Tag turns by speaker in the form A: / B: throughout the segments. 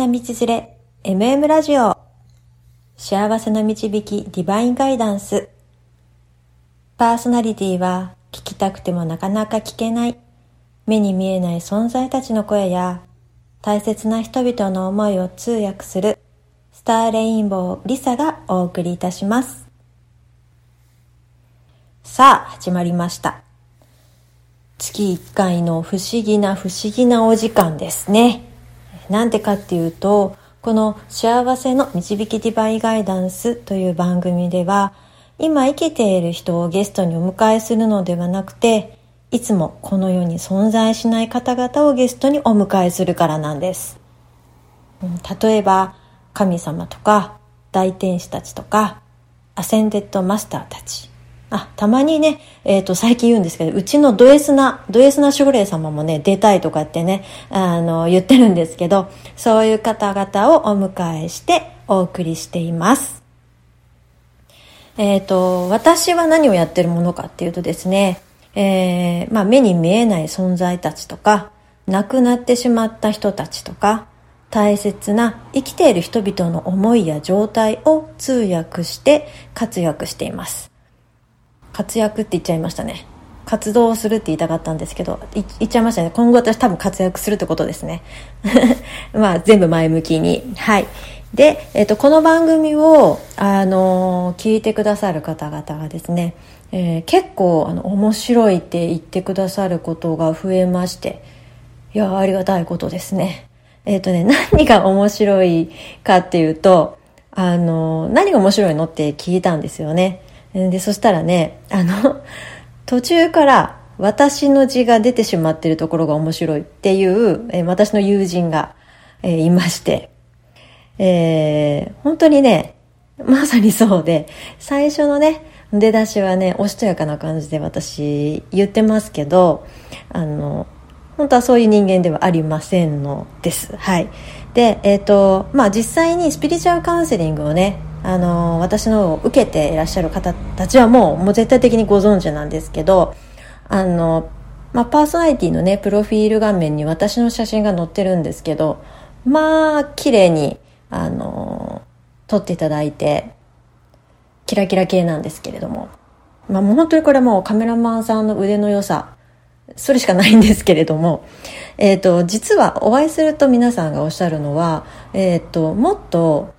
A: な道連れ MM ラジオ、幸せの導きディバインガイダンス。パーソナリティは聞きたくてもなかなか聞けない目に見えない存在たちの声や大切な人々の思いを通訳するスターレインボーリサがお送りいたします。さあ始まりました。月1回の不思議なお時間ですね。なんでかっていうと、この幸せの導きディバインガイダンスという番組では、今生きている人をゲストにお迎えするのではなくて、いつもこの世に存在しない方々をゲストにお迎えするからなんです。例えば神様とか大天使たちとかアセンデッドマスターたち、たまにね、最近言うんですけど、うちのド S な守護霊様もね、出たいとかってね、言ってるんですけど、そういう方々をお迎えしてお送りしています。私は何をやってるものかっていうとですね、目に見えない存在たちとか、亡くなってしまった人たちとか、大切な生きている人々の思いや状態を通訳して活躍しています。活躍って言っちゃいましたね。活動するって言いたかったんですけど、言っちゃいましたね。今後私多分活躍するってことですね。全部前向きに。はい。で、この番組を、聞いてくださる方々がですね、結構、面白いって言ってくださることが増えまして、いや、ありがたいことですね。何が面白いかっていうと、何が面白いのって聞いたんですよね。で、そしたらね、途中から私の字が出てしまっているところが面白いっていう、私の友人が、いまして、本当にね、まさにそうで、最初のね、出だしはね、おしとやかな感じで私言ってますけど、本当はそういう人間ではありませんのです。はい。で、実際にスピリチュアルカウンセリングをね、私のを受けていらっしゃる方たちはもう絶対的にご存知なんですけど、パーソナリティのね、プロフィール画面に私の写真が載ってるんですけど、綺麗に、撮っていただいて、キラキラ系なんですけれども、もう本当にこれもうカメラマンさんの腕の良さ、それしかないんですけれども、実はお会いすると皆さんがおっしゃるのは、もっと、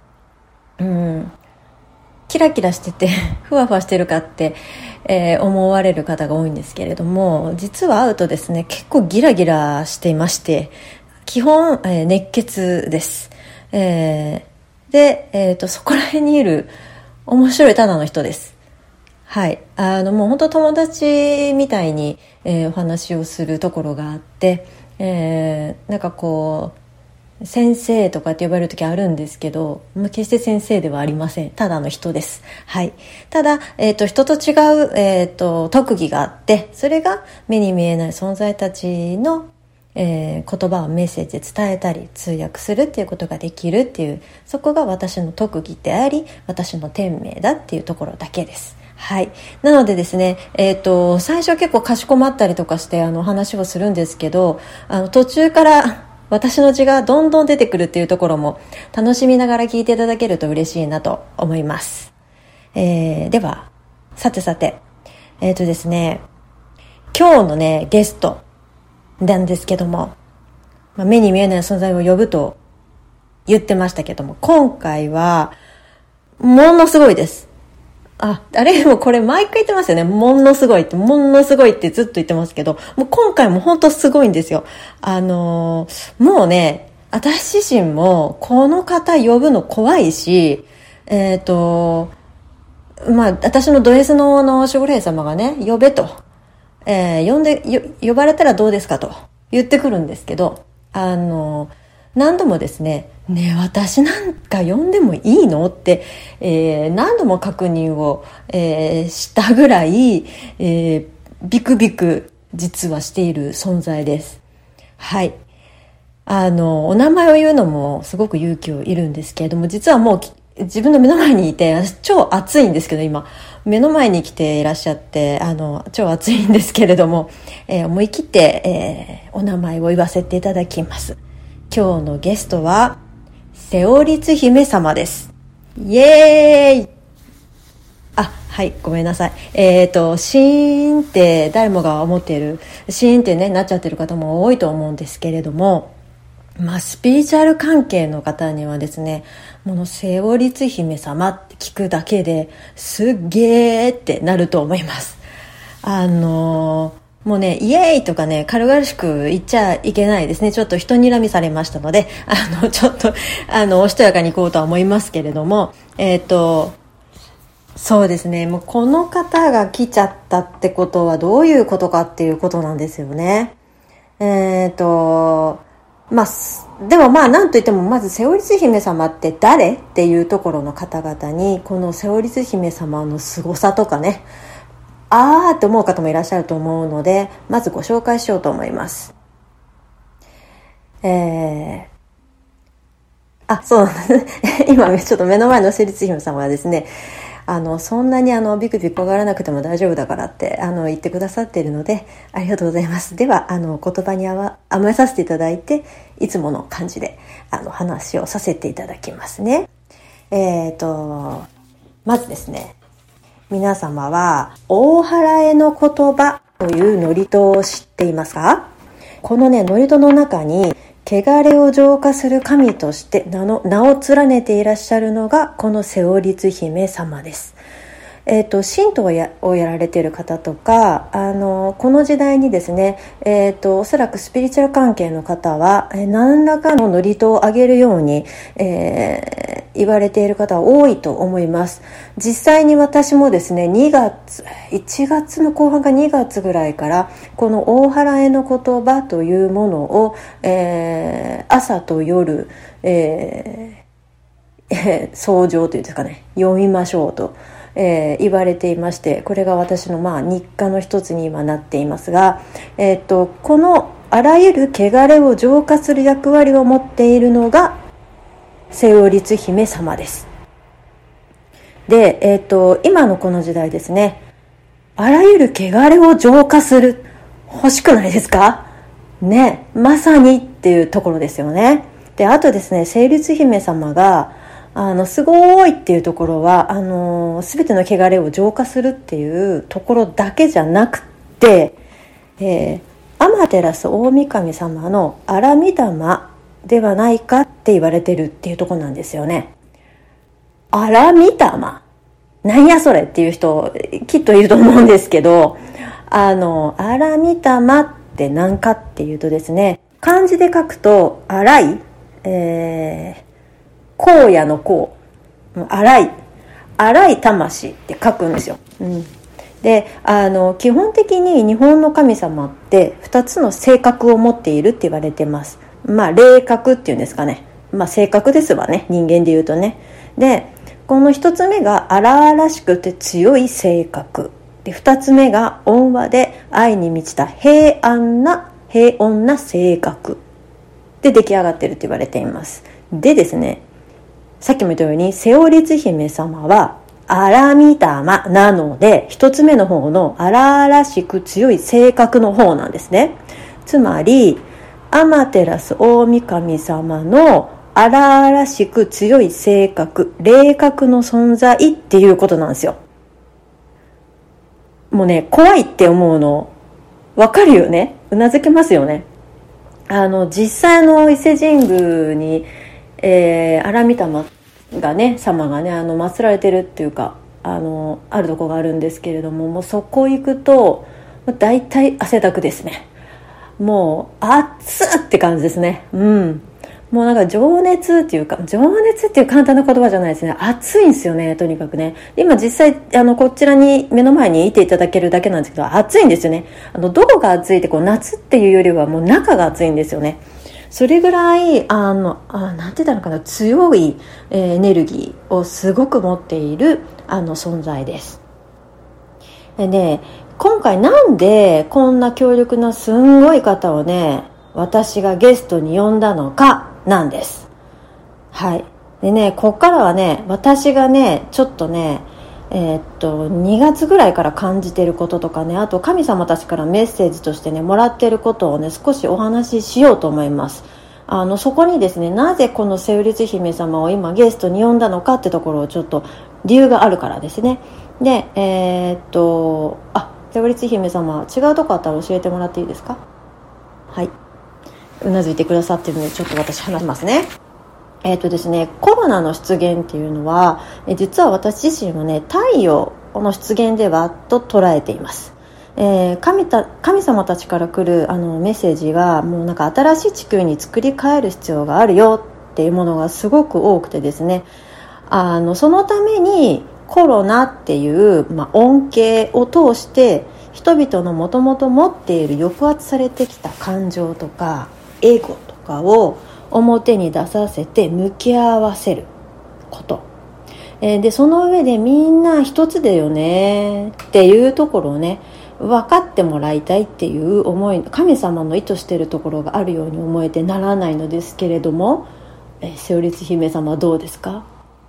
A: キラキラしててふわふわしてるかって、思われる方が多いんですけれども、実は会うとですね、結構ギラギラしていまして、基本、熱血です。で、そこら辺にいる面白いただの人です。はい。もう本当友達みたいに、お話をするところがあって、なんかこう、先生とかって呼ばれる時あるんですけど、決して先生ではありません。ただの人です。はい。ただ、人と違う、特技があって、それが目に見えない存在たちの、言葉をメッセージで伝えたり通訳するっていうことができるっていう、そこが私の特技であり、私の天命だっていうところだけです。はい。なのでですね、最初結構かしこまったりとかして話をするんですけど、途中から私の字がどんどん出てくるっていうところも楽しみながら聞いていただけると嬉しいなと思います。では、さて、ですね、今日のね、ゲストなんですけども、目に見えない存在を呼ぶと言ってましたけども、今回は、ものすごいです。もこれ毎回言ってますよね。ものすごいってずっと言ってますけど、もう今回も本当すごいんですよ。もうね、私自身もこの方呼ぶの怖いし、私のド S の守護霊様がね、呼べと、呼ばれたらどうですかと言ってくるんですけど、何度もですね、私なんか呼んでもいいのって、何度も確認を、したぐらい、ビクビク実はしている存在です。はい。お名前を言うのもすごく勇気をいるんですけれども、実はもう自分の目の前にいて、超暑いんですけど、今目の前に来ていらっしゃって、超暑いんですけれども、思い切って、お名前を言わせていただきます。今日のゲストはセオリツ姫様です。イエーイ。はい、ごめんなさい。シーンって誰もが思っている、シーンってね、なっちゃってる方も多いと思うんですけれども、スピリチュアル関係の方にはですね、セオリツ姫様って聞くだけですっげーってなると思います。もうね、イエーイとかね、軽々しく言っちゃいけないですね。ちょっと人睨みされましたので、ちょっと、おしとやかに行こうとは思いますけれども、そうですね。もうこの方が来ちゃったってことはどういうことかっていうことなんですよね。でもなんといってもまずセオリツ姫様って誰っていうところの方々にこのセオリツ姫様の凄さとかね、って思う方もいらっしゃると思うので、まずご紹介しようと思います。そう今ちょっと目の前のセオリツ姫様がですね、そんなにビクビクがらなくても大丈夫だからって言ってくださっているので、ありがとうございます。では言葉に甘えさせていただいて、いつもの感じで話をさせていただきますね。まずですね、皆様は大祓えの言葉という祝詞を知っていますか？このね、祝詞の中に汚れを浄化する神として名を連ねていらっしゃるのがこのセオリツ姫様です。神道をやられている方とか、この時代にですね、おそらくスピリチュアル関係の方は、何らかの祝詞をあげるように、言われている方は多いと思います。実際に私もですね、1月の後半か2月ぐらいから、この大祓えの言葉というものを、朝と夜、僧正というんですかね、読みましょうと、言われていまして、これが私の日課の一つに今なっていますが、このあらゆる汚れを浄化する役割を持っているのがセオリツ姫様です。で、今のこの時代ですね、あらゆる汚れを浄化する、欲しくないですかね。まさにっていうところですよね。で、あとですね、セオリツ姫様がすごいっていうところは、すべての汚れを浄化するっていうところだけじゃなくて、アマテラス大神様のアラミ玉ではないかって言われてるっていうところなんですよね。アラミ玉、なんやそれっていう人きっといると思うんですけど、アラミ玉って何かっていうとですね、漢字で書くと荒い、荒野の荒い魂って書くんですよ。で、基本的に日本の神様って2つの性格を持っているって言われてます。霊格っていうんですかね。性格ですわね、人間で言うとね。で、この1つ目が荒々しくて強い性格で、2つ目が温和で愛に満ちた平穏な性格で出来上がっていると言われています。でですね、さっきも言ったようにセオリツ姫様はアラミ玉なので、一つ目の方の荒々しく強い性格の方なんですね。つまりアマテラス大神様の荒々しく強い性格、霊格の存在っていうことなんですよ。もうね、怖いって思うのわかるよね。うなずけますよね。実際の伊勢神宮に荒御霊がね、様がね、祀られてるっていうか、あるとこがあるんですけれども、もうそこ行くと大体汗だくですね。もう熱って感じですね。もうなんか情熱っていう簡単な言葉じゃないですね。熱いんですよね、とにかくね。今実際こちらに目の前にいていただけるだけなんですけど、熱いんですよね。どこが熱いって夏っていうよりはもう中が熱いんですよね。それぐらいなんて言ったのかな、強いエネルギーをすごく持っている存在です。でね、今回なんでこんな強力なすんごい方をね、私がゲストに呼んだのかなんです。はい。でね、こっからはね、私がね、ちょっとね、2月ぐらいから感じていることとかね、あと神様たちからメッセージとしてね、もらっていることをね、少しお話ししようと思います。 そこにですね、なぜこのセオリツ姫様を今ゲストに呼んだのかってところをちょっと理由があるからですね。でセオリツ姫様、違うとこあったら教えてもらっていいですか？はい、うなずいてくださってるので、ちょっと私話しますね。ですね、コロナの出現っていうのは、実は私自身はね、太陽の出現ではと捉えています。神様たちから来るメッセージは、もうなんか新しい地球に作り変える必要があるよっていうものがすごく多くてですね、そのためにコロナっていう、恩恵を通して人々のもともと持っている抑圧されてきた感情とかエゴとかを表に出させて向き合わせること、でその上でみんな一つだよねっていうところをね、分かってもらいたいっていう思い、神様の意図しているところがあるように思えてならないのですけれども、セオリツ姫様はどうですか？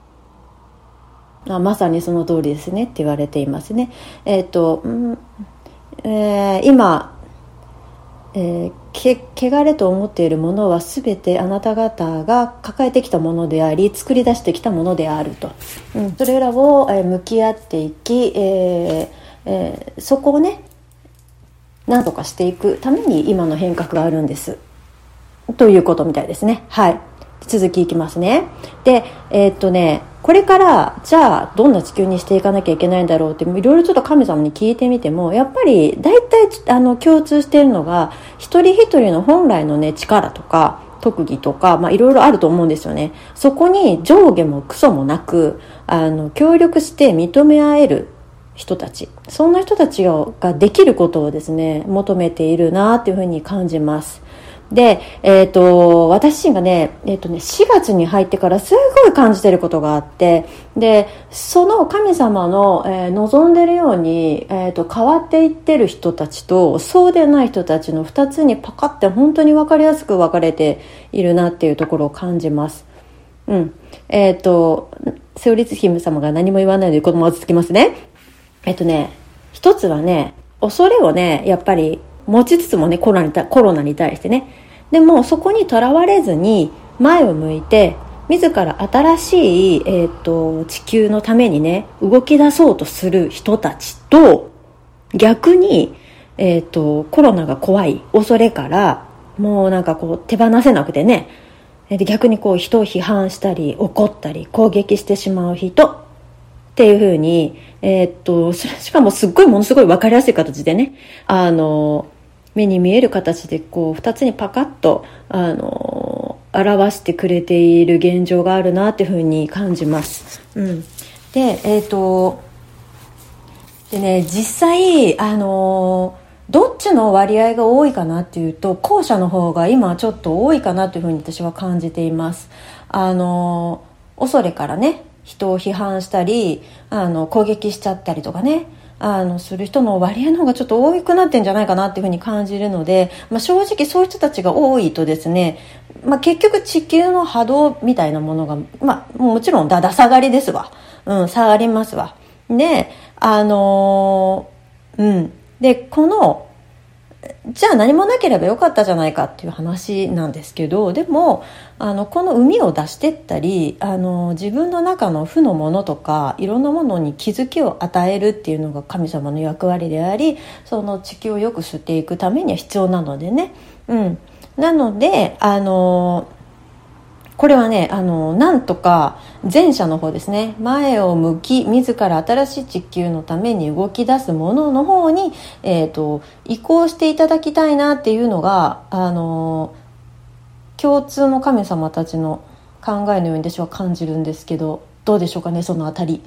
A: まさにその通りですねって言われていますね。今、汚れと思っているものは全てあなた方が抱えてきたものであり、作り出してきたものであると、それらを向き合っていき、そこをね何とかしていくために今の変革があるんですということみたいですね。はい、続きいきますね。でこれからじゃあどんな地球にしていかなきゃいけないんだろうっていろいろちょっと神様に聞いてみても、やっぱり大体共通しているのが、一人一人の本来のね力とか特技とか、いろいろあると思うんですよね。そこに上下もクソもなく、協力して認め合える人たち、そんな人たちができることをですね求めているなっていうふうに感じます。で、私自身がね、4月に入ってからすごい感じてることがあって、で、その神様の、望んでるように、変わっていってる人たちと、そうでない人たちの2つにパカって本当に分かりやすく分かれているなっていうところを感じます。セオリツ姫様が何も言わないので、このまま続きますね。一つはね、恐れをね、やっぱり、持ちつつもね、コロナに対してね。でもそこにとらわれずに前を向いて、自ら新しい、地球のためにね動き出そうとする人たちと、逆に、コロナが怖い恐れからもうなんかこう手放せなくてね、で逆にこう人を批判したり怒ったり攻撃してしまう人っていう風に、しかもものすごい分かりやすい形でね、目に見える形でこう2つにパカッと表してくれている現状があるなっていうふうに感じます。でね、実際どっちの割合が多いかなっていうと、後者の方が今ちょっと多いかなというふうに私は感じています。恐れからね人を批判したり攻撃しちゃったりとかねする人の割合の方がちょっと多くなってんじゃないかなっていうふうに感じるので、正直そういう人たちが多いとですね、結局地球の波動みたいなものが、もちろんだだ下がりですわ。下がりますわ。で、で、じゃあ何もなければよかったじゃないかっていう話なんですけど、でもこの海を出してったり自分の中の負のものとかいろんなものに気づきを与えるっていうのが神様の役割であり、その地球を良くしていくためには必要なのでね、なのでこれはねなんとか前者の方ですね、前を向き自ら新しい地球のために動き出すものの方に、移行していただきたいなっていうのが共通の神様たちの考えのように私は感じるんですけど、どうでしょうかね、そのあたり。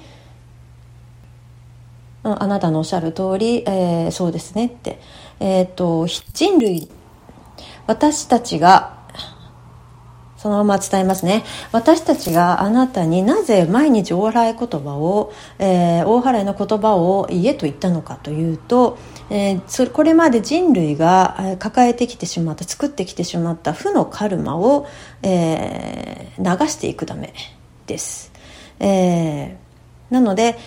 A: あなたのおっしゃる通り、そうですねって、人類、私たちがそのまま伝えますね。私たちがあなたになぜ毎日大払いの言葉を言えと言ったのかというと、これまで人類が抱えてきてしまった作ってきてしまった負のカルマを、流していくためです。なので、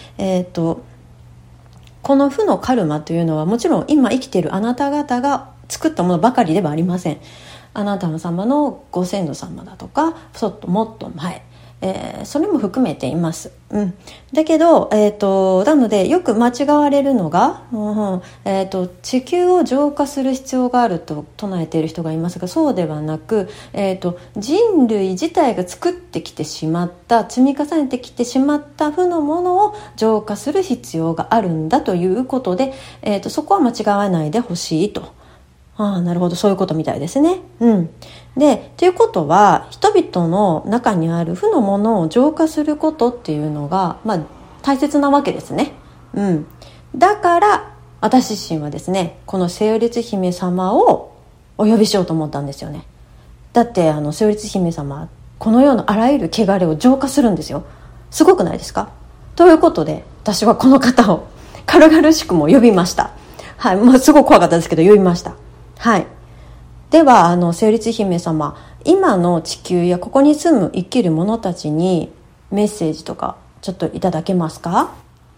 A: この負のカルマというのはもちろん今生きているあなた方が作ったものばかりではありません。 あなたの様のご先祖様だとかもっと前、それも含めています、だけど、なのでよく間違われるのが、地球を浄化する必要があると唱えている人がいますが、そうではなく、人類自体が作ってきてしまった積み重ねてきてしまった負のものを浄化する必要があるんだということで、そこは間違わないでほしいと。なるほど、そういうことみたいですね。で、ということは人々の中にある負のものを浄化することっていうのが、大切なわけですね。だから私自身はですね、このセオリツ姫様をお呼びしようと思ったんですよね。だってセオリツ姫様、この世のあらゆる汚れを浄化するんですよ。すごくないですか？ということで私はこの方を軽々しくも呼びました。すごい怖かったですけど呼びました。ではセオリツ姫様、今の地球やここに住む生きる者たちにメッセージとかちょっといただけますか？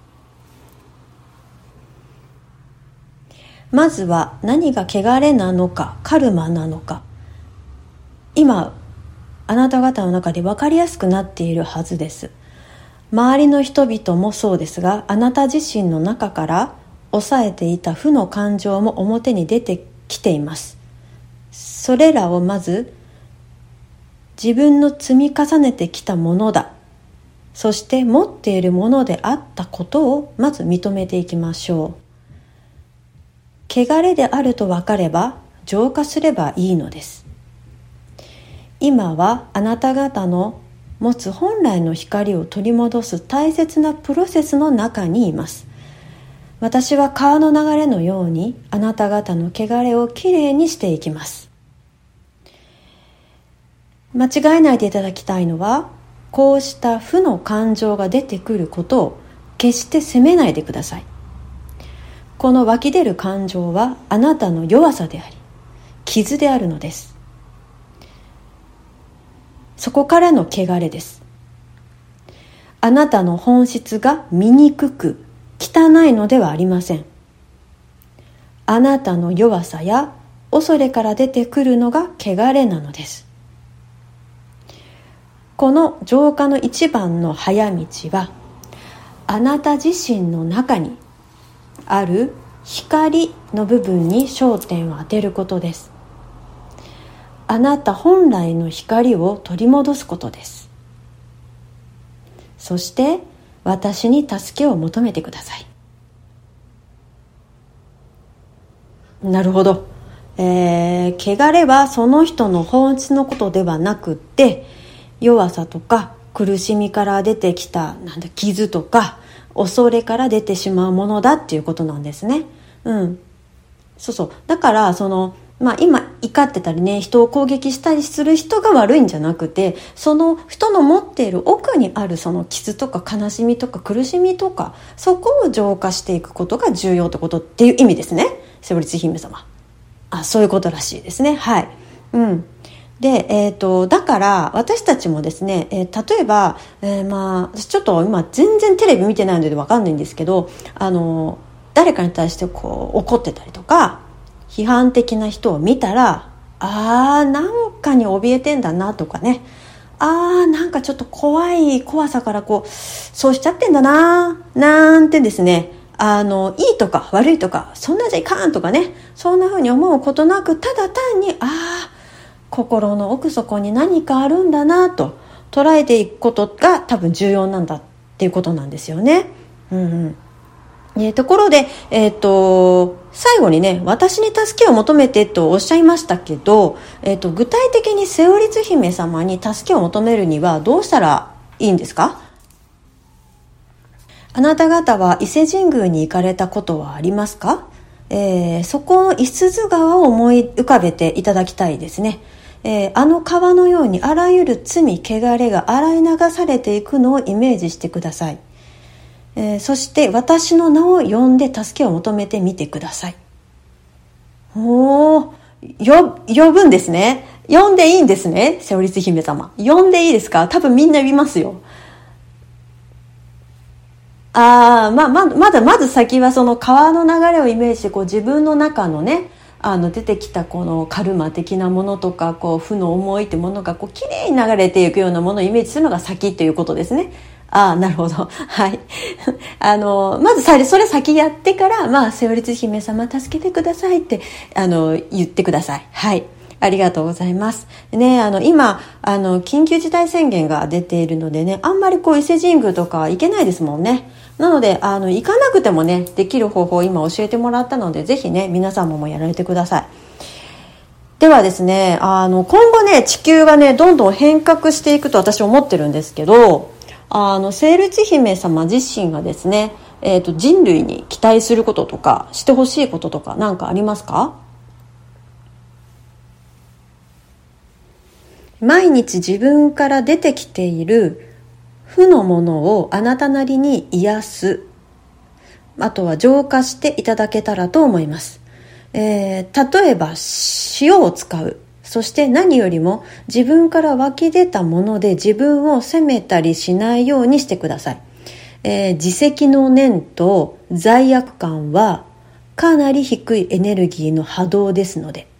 A: まずは何が汚れなのか、カルマなのか、今あなた方の中で分かりやすくなっているはずです。周りの人々もそうですが、あなた自身の中から抑えていた負の感情も表に出てきています。それらをまず自分の積み重ねてきたものだ、そして持っているものであったことをまず認めていきましょう。汚れであると分かれば浄化すればいいのです。今はあなた方の持つ本来の光を取り戻す大切なプロセスの中にいます。私は川の流れのようにあなた方の汚れをきれいにしていきます。間違えないでいただきたいのは、こうした負の感情が出てくることを決して責めないでください。この湧き出る感情はあなたの弱さであり、傷であるのです。そこからの汚れです。あなたの本質が醜く汚いのではありません。あなたの弱さや恐れから出てくるのが汚れなのです。この浄化の一番の早道は、あなた自身の中にある光の部分に焦点を当てることです。あなた本来の光を取り戻すことです。そして私に助けを求めてください。なるほど。汚れはその人の本質のことではなくって、弱さとか苦しみから出てきた傷とか恐れから出てしまうものだっていうことなんですね。だから今怒ってたりね、人を攻撃したりする人が悪いんじゃなくて、その人の持っている奥にあるその傷とか悲しみとか苦しみとか、そこを浄化していくことが重要ってことっていう意味ですね。セオリツ姫様、そういうことらしいですね。で、だから私たちもですね、例えば、私ちょっと今全然テレビ見てないので分かんないんですけど、誰かに対して怒ってたりとか批判的な人を見たら、なんかに怯えてんだなとかね、なんかちょっと怖さからそうしちゃってんだななんてですね、いいとか悪いとかそんなんじゃいかんとかね、そんな風に思うことなく、ただ単に心の奥底に何かあるんだなと捉えていくことが多分重要なんだっていうことなんですよね。ところで、最後にね、私に助けを求めてとおっしゃいましたけど、具体的にセオリツ姫様に助けを求めるにはどうしたらいいんですか？あなた方は伊勢神宮に行かれたことはありますか？そこの五十鈴川を思い浮かべていただきたいですね。あの川のようにあらゆる罪汚れが洗い流されていくのをイメージしてください。そして私の名を呼んで助けを求めてみてください。呼ぶんですね。呼んでいいんですね。セオリツ姫様、呼んでいいですか？多分みんな呼びますよ。まず先はその川の流れをイメージして、自分の中のね、 出てきたこのカルマ的なものとか、負の思いってものがきれいに流れていくようなものをイメージするのが先ということですね。なるほど。はい。まずそれ先やってから、セオリツ姫様助けてくださいって、言ってください。はい。ありがとうございます。ね、今、緊急事態宣言が出ているのでね、あんまり伊勢神宮とか行けないですもんね。なので、行かなくてもね、できる方法を今教えてもらったので、ぜひね、皆さんもやられてください。ではですね、今後ね、地球がね、どんどん変革していくと私思ってるんですけど、セールツ姫様自身がですね、人類に期待することとか、してほしいこととか何かありますか？毎日自分から出てきている負のものをあなたなりに癒す、あとは浄化していただけたらと思います。例えば塩を使う、そして何よりも自分から湧き出たもので自分を責めたりしないようにしてください。自責の念と罪悪感はかなり低いエネルギーの波動ですので、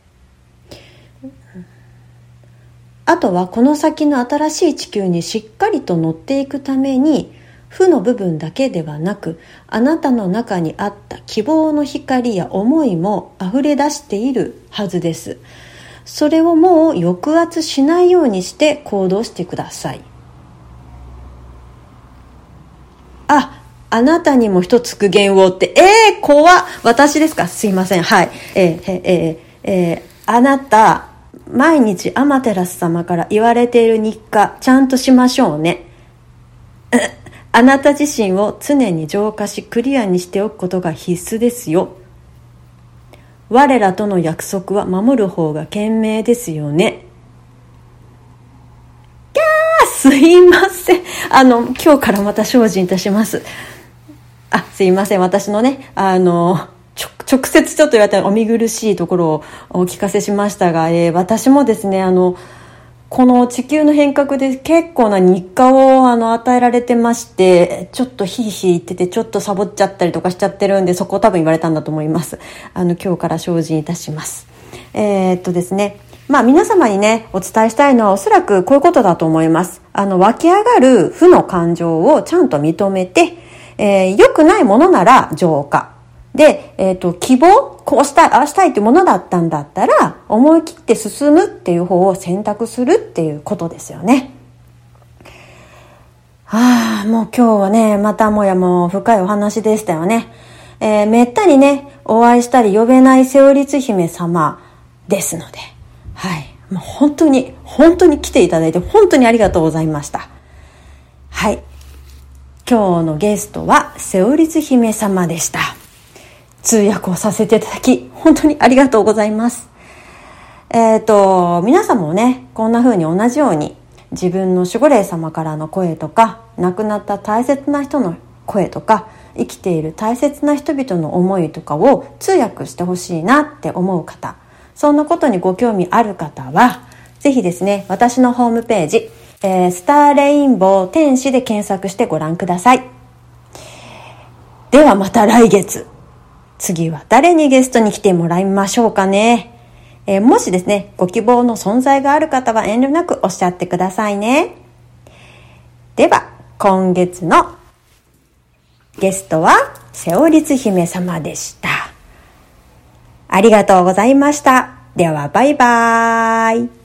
A: あとはこの先の新しい地球にしっかりと乗っていくために、負の部分だけではなく、あなたの中にあった希望の光や思いも溢れ出しているはずです。それをもう抑圧しないようにして行動してください。あなたにも一つ苦言をって、怖っ。私ですか？すいません。はい。あなた、毎日アマテラス様から言われている日課、ちゃんとしましょうね。あなた自身を常に浄化しクリアにしておくことが必須ですよ。我らとの約束は守る方が賢明ですよね。すいません。今日からまた精進いたします。すいません。私のね、直接ちょっと言われたお見苦しいところをお聞かせしましたが、私もですね、この地球の変革で結構な日課を与えられてまして、ちょっとヒーヒー言っててちょっとサボっちゃったりとかしちゃってるんで、そこを多分言われたんだと思います。今日から精進いたします。ですね、皆様にねお伝えしたいのはおそらくこういうことだと思います。湧き上がる負の感情をちゃんと認めて、良くないものなら浄化で、希望、こうしたい、ああしたいってものだったんだったら、思い切って進むっていう方を選択するっていうことですよね。もう今日はね、またもやも深いお話でしたよね。めったにね、お会いしたり呼べないセオリツ姫様ですので、はい。もう本当に来ていただいて本当にありがとうございました。はい。今日のゲストはセオリツ姫様でした。通訳をさせていただき本当にありがとうございます。皆さんもね、こんな風に同じように自分の守護霊様からの声とか、亡くなった大切な人の声とか、生きている大切な人々の思いとかを通訳してほしいなって思う方、そんなことにご興味ある方はぜひですね、私のホームページ、スターレインボー天使で検索してご覧ください。ではまた来月、次は誰にゲストに来てもらいましょうかね。もしですね、ご希望の存在がある方は遠慮なくおっしゃってくださいね。では今月のゲストはセオリツ姫様でした。ありがとうございました。ではバイバーイ。